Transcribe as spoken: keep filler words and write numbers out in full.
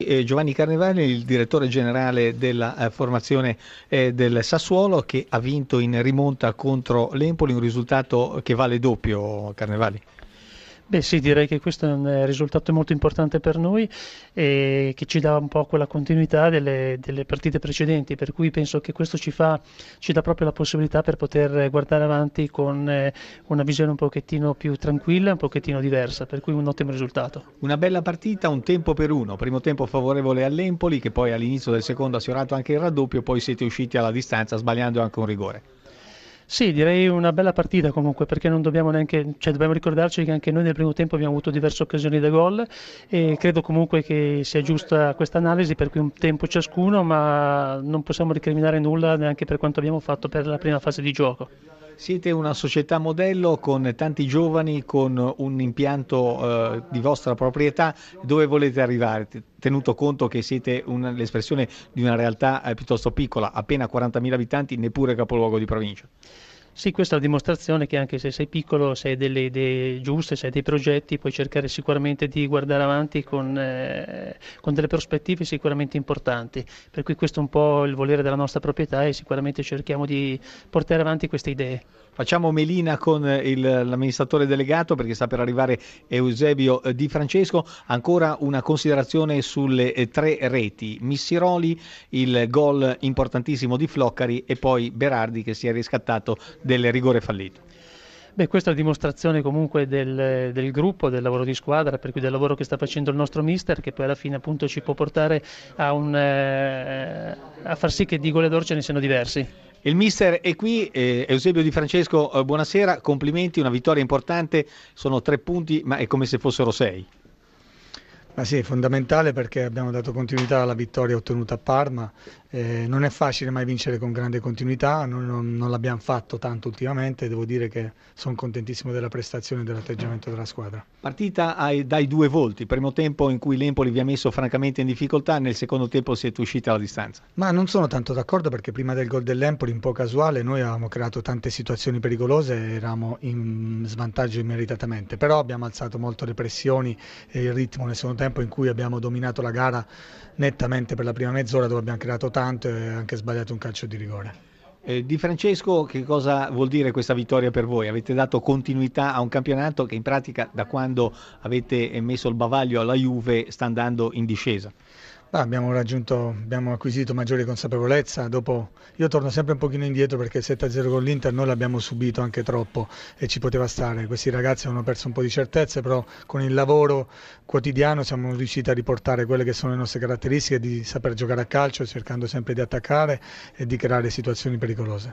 Eh, Giovanni Carnevali, il direttore generale della eh, formazione eh, del Sassuolo, che ha vinto in rimonta contro l'Empoli, un risultato che vale doppio, Carnevali. Beh sì, direi che questo è un eh, risultato molto importante per noi e che ci dà un po' quella continuità delle, delle partite precedenti, per cui penso che questo ci fa, ci dà proprio la possibilità per poter guardare avanti con eh, una visione un pochettino più tranquilla, un pochettino diversa, per cui un ottimo risultato. Una bella partita, un tempo per uno, primo tempo favorevole all'Empoli, che poi all'inizio del secondo ha sfiorato anche il raddoppio, poi siete usciti alla distanza sbagliando anche un rigore. Sì, direi una bella partita comunque, perché non dobbiamo neanche, cioè dobbiamo ricordarci che anche noi nel primo tempo abbiamo avuto diverse occasioni da gol e credo comunque che sia giusta questa analisi, per cui un tempo ciascuno, ma non possiamo recriminare nulla neanche per quanto abbiamo fatto per la prima fase di gioco. Siete una società modello con tanti giovani, con un impianto eh, di vostra proprietà. Dove volete arrivare? Tenuto conto che siete un, l'espressione di una realtà eh, piuttosto piccola, appena quarantamila abitanti, neppure capoluogo di provincia. Sì, questa è la dimostrazione che anche se sei piccolo, se hai delle idee giuste, se hai dei progetti, puoi cercare sicuramente di guardare avanti con, eh, con delle prospettive sicuramente importanti. Per cui questo è un po' il volere della nostra proprietà e sicuramente cerchiamo di portare avanti queste idee. Facciamo melina con il, l'amministratore delegato perché sta per arrivare Eusebio Di Francesco. Ancora una considerazione sulle eh, tre reti: Missiroli, il gol importantissimo di Floccari e poi Berardi che si è riscattato del rigore fallito. Beh, questa è la dimostrazione comunque del, del gruppo, del lavoro di squadra, per cui del lavoro che sta facendo il nostro mister, che poi alla fine appunto ci può portare a, un, eh, a far sì che di gol e d'or ce ne siano diversi. Il mister è qui, eh, Eusebio Di Francesco, eh, buonasera, complimenti, una vittoria importante, sono tre punti ma è come se fossero sei. Ma sì, è fondamentale perché abbiamo dato continuità alla vittoria ottenuta a Parma. Eh, non è facile mai vincere con grande continuità, non, non, non l'abbiamo fatto tanto ultimamente, devo dire che sono contentissimo della prestazione e dell'atteggiamento della squadra. Partita ai, dai due volti, primo tempo in cui l'Empoli vi ha messo francamente in difficoltà, nel secondo tempo siete usciti alla distanza. Ma non sono tanto d'accordo perché prima del gol dell'Empoli, un po' casuale, noi avevamo creato tante situazioni pericolose e eravamo in svantaggio immeritatamente, però abbiamo alzato molto le pressioni e il ritmo nel secondo tempo in cui abbiamo dominato la gara nettamente per la prima mezz'ora dove abbiamo creato tanto e anche sbagliato un calcio di rigore. Eh, Di Francesco, che cosa vuol dire questa vittoria per voi? Avete dato continuità a un campionato che in pratica da quando avete messo il bavaglio alla Juve sta andando in discesa. Ah, abbiamo raggiunto, abbiamo acquisito maggiore consapevolezza, dopo io torno sempre un pochino indietro perché il sette a zero con l'Inter noi l'abbiamo subito anche troppo e ci poteva stare, questi ragazzi hanno perso un po' di certezze, però con il lavoro quotidiano siamo riusciti a riportare quelle che sono le nostre caratteristiche di saper giocare a calcio cercando sempre di attaccare e di creare situazioni pericolose.